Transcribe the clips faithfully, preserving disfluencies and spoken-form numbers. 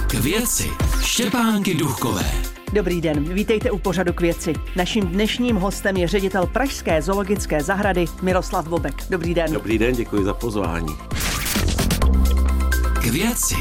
K věci Štěpánky Duchkové. Dobrý den, vítejte u pořadu K věci. Naším dnešním hostem je ředitel Pražské zoologické zahrady Miroslav Bobek. Dobrý den. Dobrý den, děkuji za pozvání. K věci.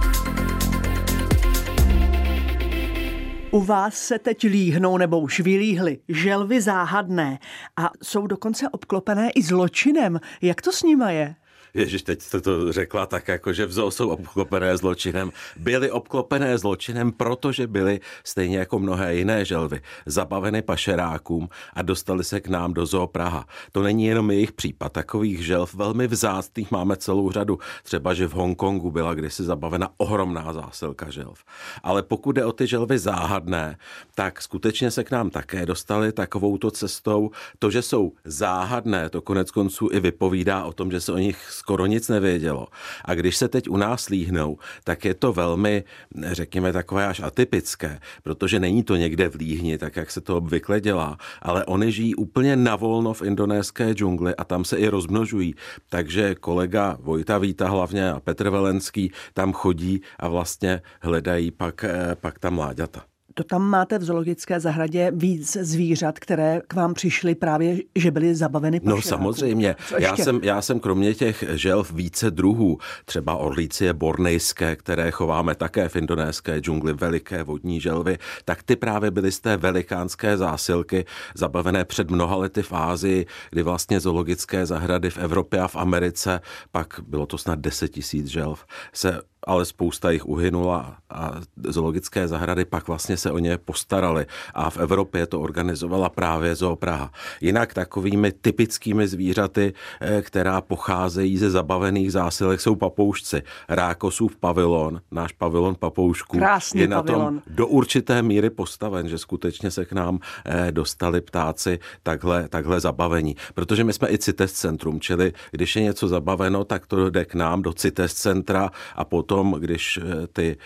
U vás se teď líhnou nebo už vylíhly želvy záhadné a jsou dokonce obklopené i zločinem. Jak to s nima je? Ježiš, teď jste to řekla tak, jako že v zoo jsou obklopené zločinem. Byly obklopené zločinem, protože byly, stejně jako mnohé jiné želvy, zabaveny pašerákům a dostali se k nám do zoo Praha. To není jenom jejich případ. Takových želv velmi vzácných máme celou řadu. Třeba, že v Hongkongu byla kdysi zabavena ohromná zásilka želv. Ale pokud jde o ty želvy záhadné, tak skutečně se k nám také dostali takovouto cestou. To, že jsou záhadné, to konec konců i vypovídá o tom, že se o nich skoro nic nevědělo. A když se teď u nás líhnou, tak je to velmi, řekněme, takové až atypické, protože není to někde v líhni, tak jak se to obvykle dělá, ale oni žijí úplně navolno v indonéské džungli a tam se i rozmnožují. Takže kolega Vojta Víta hlavně a Petr Velenský tam chodí a vlastně hledají pak, pak ta mláďata. To tam máte v zoologické zahradě víc zvířat, které k vám přišly právě, že byly zabaveny pašerákům. No samozřejmě. Já jsem, já jsem kromě těch želv více druhů, třeba orlicie bornejské, které chováme také v indonéské džungli, veliké vodní želvy, tak ty právě byly z té velikánské zásilky zabavené před mnoha lety v Ázii, kdy vlastně zoologické zahrady v Evropě a v Americe, pak bylo to snad deset tisíc želv, se ale spousta jich uhynula a zoologické zahrady pak vlastně se o ně postarali a v Evropě to organizovala právě Zoo Praha. Jinak takovými typickými zvířaty, která pocházejí ze zabavených zásilek, jsou papoušci. Rákosův pavilon, náš pavilon papoušků, krásný je na pavilon. tom do určité míry postaven, že skutečně se k nám dostali ptáci takhle, takhle zabavení. Protože my jsme i CITES centrum, čili když je něco zabaveno, tak to jde k nám do CITES centra a potom když ty,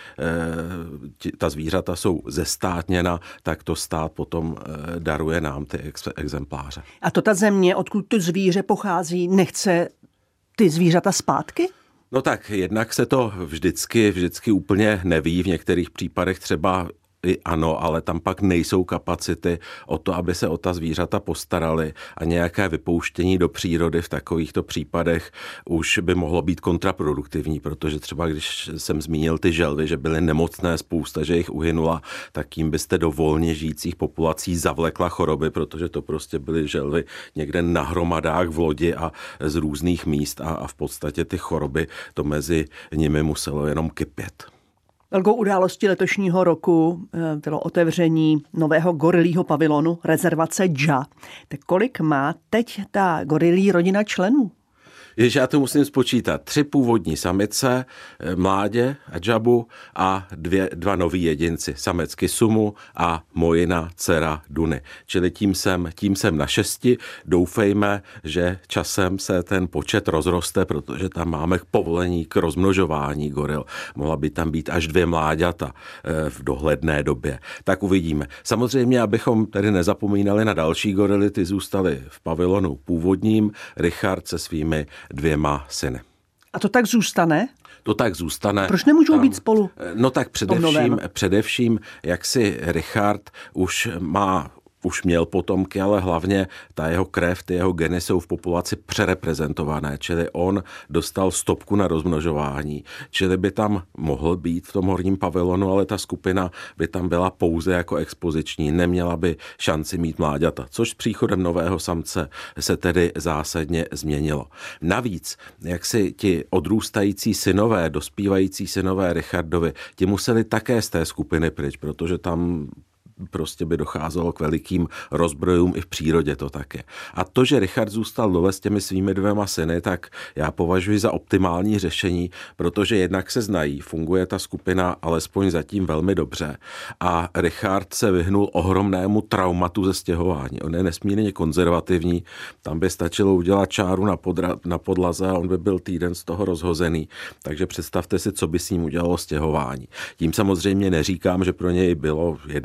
ta zvířata jsou zestátněna, tak to stát potom daruje nám ty ex, exempláře. A to ta země, odkud to zvíře pochází, nechce ty zvířata zpátky? No tak jednak se to vždycky, vždycky úplně neví, v některých případech třeba i ano, ale tam pak nejsou kapacity o to, aby se o ta zvířata postarali a nějaké vypouštění do přírody v takovýchto případech už by mohlo být kontraproduktivní, protože třeba když jsem zmínil ty želvy, že byly nemocné spousta, že jich uhynula, tak jim byste do volně žijících populací zavlekla choroby, protože to prostě byly želvy někde na hromadách v lodi a z různých míst a, a v podstatě ty choroby to mezi nimi muselo jenom kypět. Velkou událostí letošního roku bylo otevření nového gorilího pavilonu rezervace Dža. Tak kolik má teď ta gorilí rodina členů? Jež já to musím spočítat. Tři původní samice, mládě a Džabu a dvě, dva noví jedinci. Samec Kisumu a Mojina, dcera Duny. Čili tím jsem, tím jsem na šesti. Doufejme, že časem se ten počet rozroste, protože tam máme povolení k rozmnožování goril. Mohla by tam být až dvě mláďata v dohledné době. Tak uvidíme. Samozřejmě, abychom tedy nezapomínali na další gorily, ty zůstaly v pavilonu původním. Richard se svými dvěma syny. A to tak zůstane? To tak zůstane. Proč nemůžou tam, být spolu? No tak především, především, jak si Richard už má už měl potomky, ale hlavně ta jeho krev, ty jeho geny jsou v populaci přereprezentované, čili on dostal stopku na rozmnožování, čili by tam mohl být v tom horním pavilonu, ale ta skupina by tam byla pouze jako expoziční, neměla by šanci mít mláďata, což s příchodem nového samce se tedy zásadně změnilo. Navíc, jak si ti odrůstající synové, dospívající synové Richardovi, ti museli také z té skupiny pryč, protože tam prostě by docházelo k velikým rozbrojům i v přírodě to také. A to, že Richard zůstal dole s těmi svými dvěma syny, tak já považuji za optimální řešení, protože jednak se znají, funguje ta skupina alespoň zatím velmi dobře a Richard se vyhnul ohromnému traumatu ze stěhování. On je nesmírně konzervativní, tam by stačilo udělat čáru na, podra, na podlaze a on by byl týden z toho rozhozený. Takže představte si, co by s ním udělalo stěhování. Tím samozřejmě neříkám, že pro něj bylo jednoduché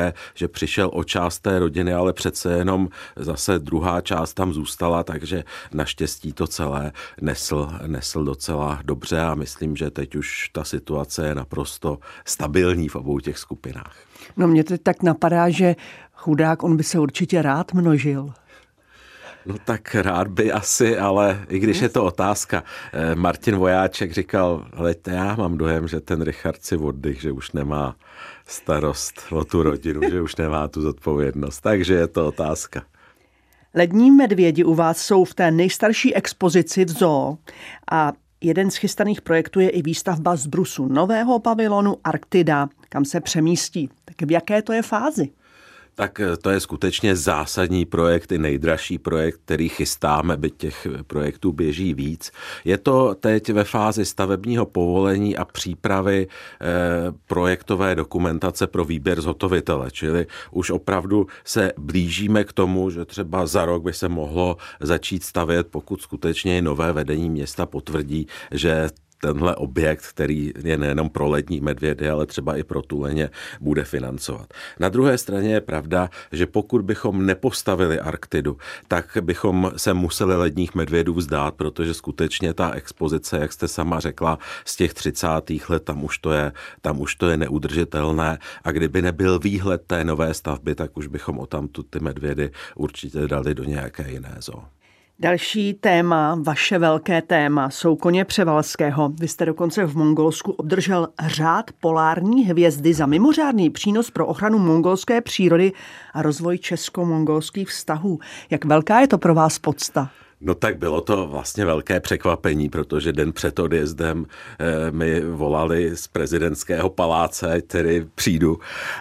také, že přišel o část té rodiny, ale přece jenom zase druhá část tam zůstala, takže naštěstí to celé nesl, nesl docela dobře a myslím, že teď už ta situace je naprosto stabilní v obou těch skupinách. No mě teď tak napadá, že chudák, on by se určitě rád množil. No tak rád by asi, ale i když je to otázka. Martin Vojáček říkal, ale já mám dojem, že ten Richard si oddych, že už nemá starost o tu rodinu, že už nemá tu zodpovědnost. Takže je to otázka. Lední medvědi u vás jsou v té nejstarší expozici v zoo a jeden z chystaných projektů je i výstavba zbrusu nového pavilonu Arktida, kam se přemístí. Tak v jaké to je fázi? Tak to je skutečně zásadní projekt, i nejdražší projekt, který chystáme, byť těch projektů běží víc. Je to teď ve fázi stavebního povolení a přípravy eh, projektové dokumentace pro výběr zhotovitele, čili už opravdu se blížíme k tomu, že třeba za rok by se mohlo začít stavět, pokud skutečně nové vedení města potvrdí, že tenhle objekt, který je nejenom pro lední medvědy, ale třeba i pro tuleně, bude financovat. Na druhé straně je pravda, že pokud bychom nepostavili Arktidu, tak bychom se museli ledních medvědů vzdát, protože skutečně ta expozice, jak jste sama řekla, z těch třicátých let, tam už to je, tam už to je neudržitelné a kdyby nebyl výhled té nové stavby, tak už bychom odtamtud ty medvědy určitě dali do nějaké jiné zoo. Další téma, vaše velké téma, jsou koně Převalského. Vy jste dokonce v Mongolsku obdržel řád polární hvězdy za mimořádný přínos pro ochranu mongolské přírody a rozvoj česko-mongolských vztahů. Jak velká je to pro vás podsta? No tak bylo to vlastně velké překvapení, protože den před odjezdem eh, mi volali z prezidentského paláce, tedy přijdu,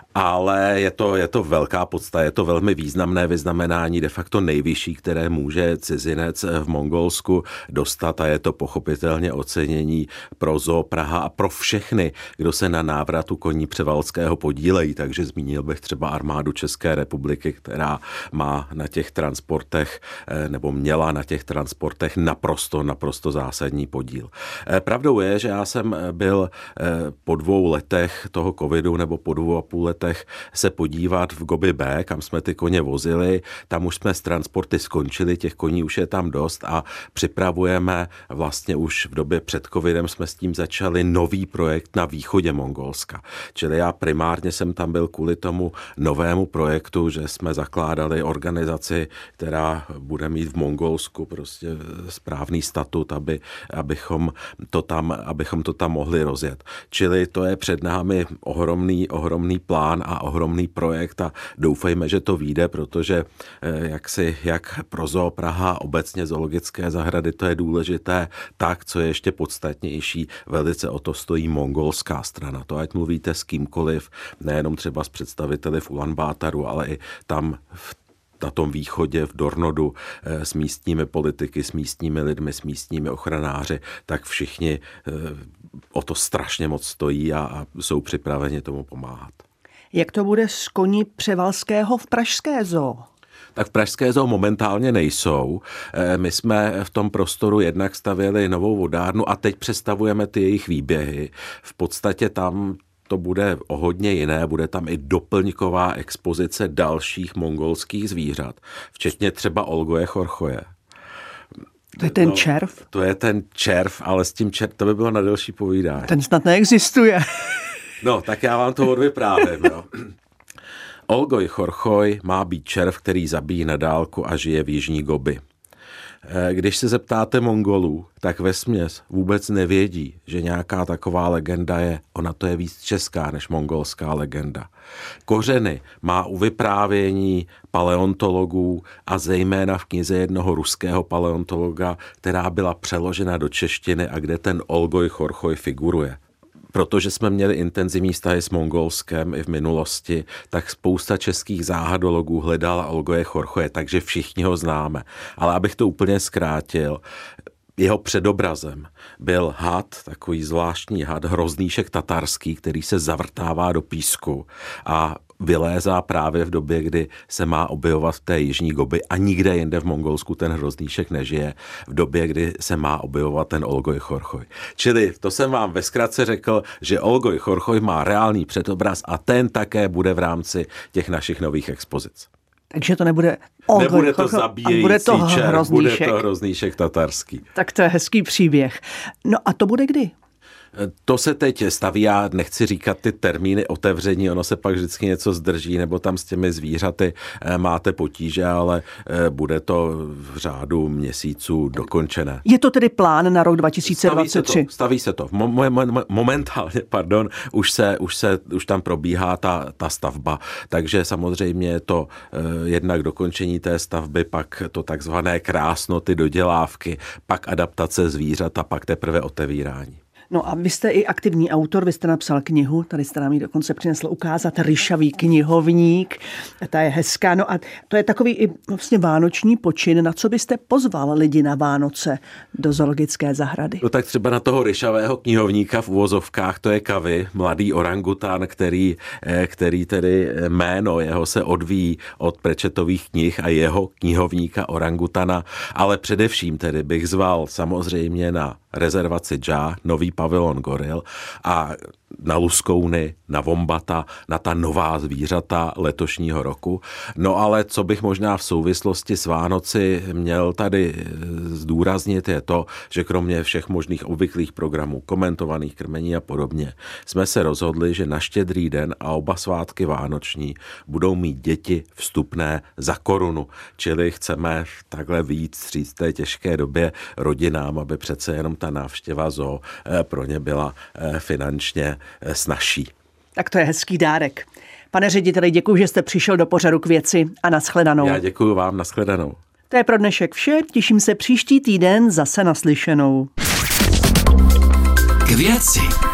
ale je to, je to velká podsta, je to velmi významné vyznamenání, de facto nejvyšší, které může cizinec v Mongolsku dostat a je to pochopitelně ocenění pro Zoo Praha a pro všechny, kdo se na návratu koní Převalského podílejí, takže zmínil bych třeba armádu České republiky, která má na těch transportech, eh, nebo měla na těch těch transportech naprosto, naprosto zásadní podíl. Pravdou je, že já jsem byl po dvou letech toho covidu nebo po dvou a půl letech se podívat v Gobi B, kam jsme ty koně vozili. Tam už jsme s transporty skončili, těch koní už je tam dost a připravujeme vlastně už v době před covidem jsme s tím začali nový projekt na východě Mongolska. Čili já primárně jsem tam byl kvůli tomu novému projektu, že jsme zakládali organizaci, která bude mít v Mongolsku prostě správný statut, aby, abychom, to tam, abychom to tam mohli rozjet. Čili to je před námi ohromný, ohromný plán a ohromný projekt a doufejme, že to vyjde, protože jak si, jak pro Zoo Praha obecně zoologické zahrady, to je důležité, tak, co je ještě podstatnější, velice o to stojí mongolská strana. To ať mluvíte s kýmkoliv, nejenom třeba s představiteli v Ulaanbátaru, ale i tam v na tom východě, v Dornodu, s místními politiky, s místními lidmi, s místními ochranáři, tak všichni o to strašně moc stojí a, a jsou připraveni tomu pomáhat. Jak to bude s koní Převalského v Pražské zoo? Tak v Pražské zoo momentálně nejsou. My jsme v tom prostoru jednak stavěli novou vodárnu a teď přestavujeme ty jejich výběhy. V podstatě tam to bude o hodně jiné, bude tam i doplňková expozice dalších mongolských zvířat, včetně třeba Olgoje chorchoje. To je ten no, červ? To je ten červ, ale s tím červ, to by bylo na delší povídání. Ten snad neexistuje. No, tak já vám to odvyprávím, jo. Olgoj chorchoj má být červ, který zabíjí na dálku a žije v jižní Gobi. Když se zeptáte Mongolů, tak vesměs vůbec nevědí, že nějaká taková legenda je. Ona to je víc česká než mongolská legenda. Kořeny má u vyprávění paleontologů a zejména v knize jednoho ruského paleontologa, která byla přeložena do češtiny a kde ten Olgoj chorchoj figuruje. Protože jsme měli intenzivní vztahy s Mongolskem i v minulosti, tak spousta českých záhadologů hledala Olgoje chorchoje, takže všichni ho známe. Ale abych to úplně zkrátil, jeho předobrazem byl had, takový zvláštní had, hroznýšek tatarský, který se zavrtává do písku a vylézá právě v době, kdy se má objevovat v té jižní Gobi a nikde jinde v Mongolsku ten hroznýšek nežije, v době, kdy se má objevovat ten Olgoj Chorchoj. Čili to jsem vám ve zkratce řekl, že Olgoj Chorchoj má reálný předobraz a ten také bude v rámci těch našich nových expozic. Takže to nebude Olgoj Nebude to Chorchoj, zabíjející bude to čert, hroznýšek. bude to hroznýšek tatarský. Tak to je hezký příběh. No a to bude kdy? To se teď staví, já nechci říkat ty termíny otevření, ono se pak vždycky něco zdrží, nebo tam s těmi zvířaty máte potíže, ale bude to v řádu měsíců dokončené. Je to tedy plán na rok dva tisíce dvacet tři? Staví se to. Staví se to. Mo- momentálně, pardon, už se, už se, už tam probíhá ta, ta stavba, takže samozřejmě je to eh, jednak dokončení té stavby, pak to takzvané krásno, ty dodělávky, pak adaptace zvířat a pak teprve otevírání. No a vy jste i aktivní autor, vy jste napsal knihu, tady jste nám ji dokonce přinesl ukázat, Ryšavý knihovník, ta je hezká, no a to je takový i vlastně vánoční počin, na co byste pozval lidi na Vánoce do zoologické zahrady? No tak třeba na toho ryšavého knihovníka v uvozovkách, to je Kavi, mladý orangután, který, který tedy jméno jeho se odvíjí od Pratchettových knih a jeho knihovníka orangutana, ale především tedy bych zval samozřejmě na rezervaci Džá, nový pavilon goril a na luskouny, na vombata, na ta nová zvířata letošního roku. No ale co bych možná v souvislosti s Vánoci měl tady zdůraznit je to, že kromě všech možných obvyklých programů, komentovaných krmení a podobně, jsme se rozhodli, že na Štědrý den a oba svátky vánoční budou mít děti vstupné za korunu. Čili chceme takhle vyjít vstříc té těžké době rodinám, aby přece jenom ta návštěva zoo pro ně byla finančně snazší. Tak to je hezký dárek. Pane řediteli, děkuji, že jste přišel do pořadu K věci a nashledanou. Já děkuji vám, nashledanou. To je pro dnešek vše, těším se příští týden zase naslyšenou. K věci.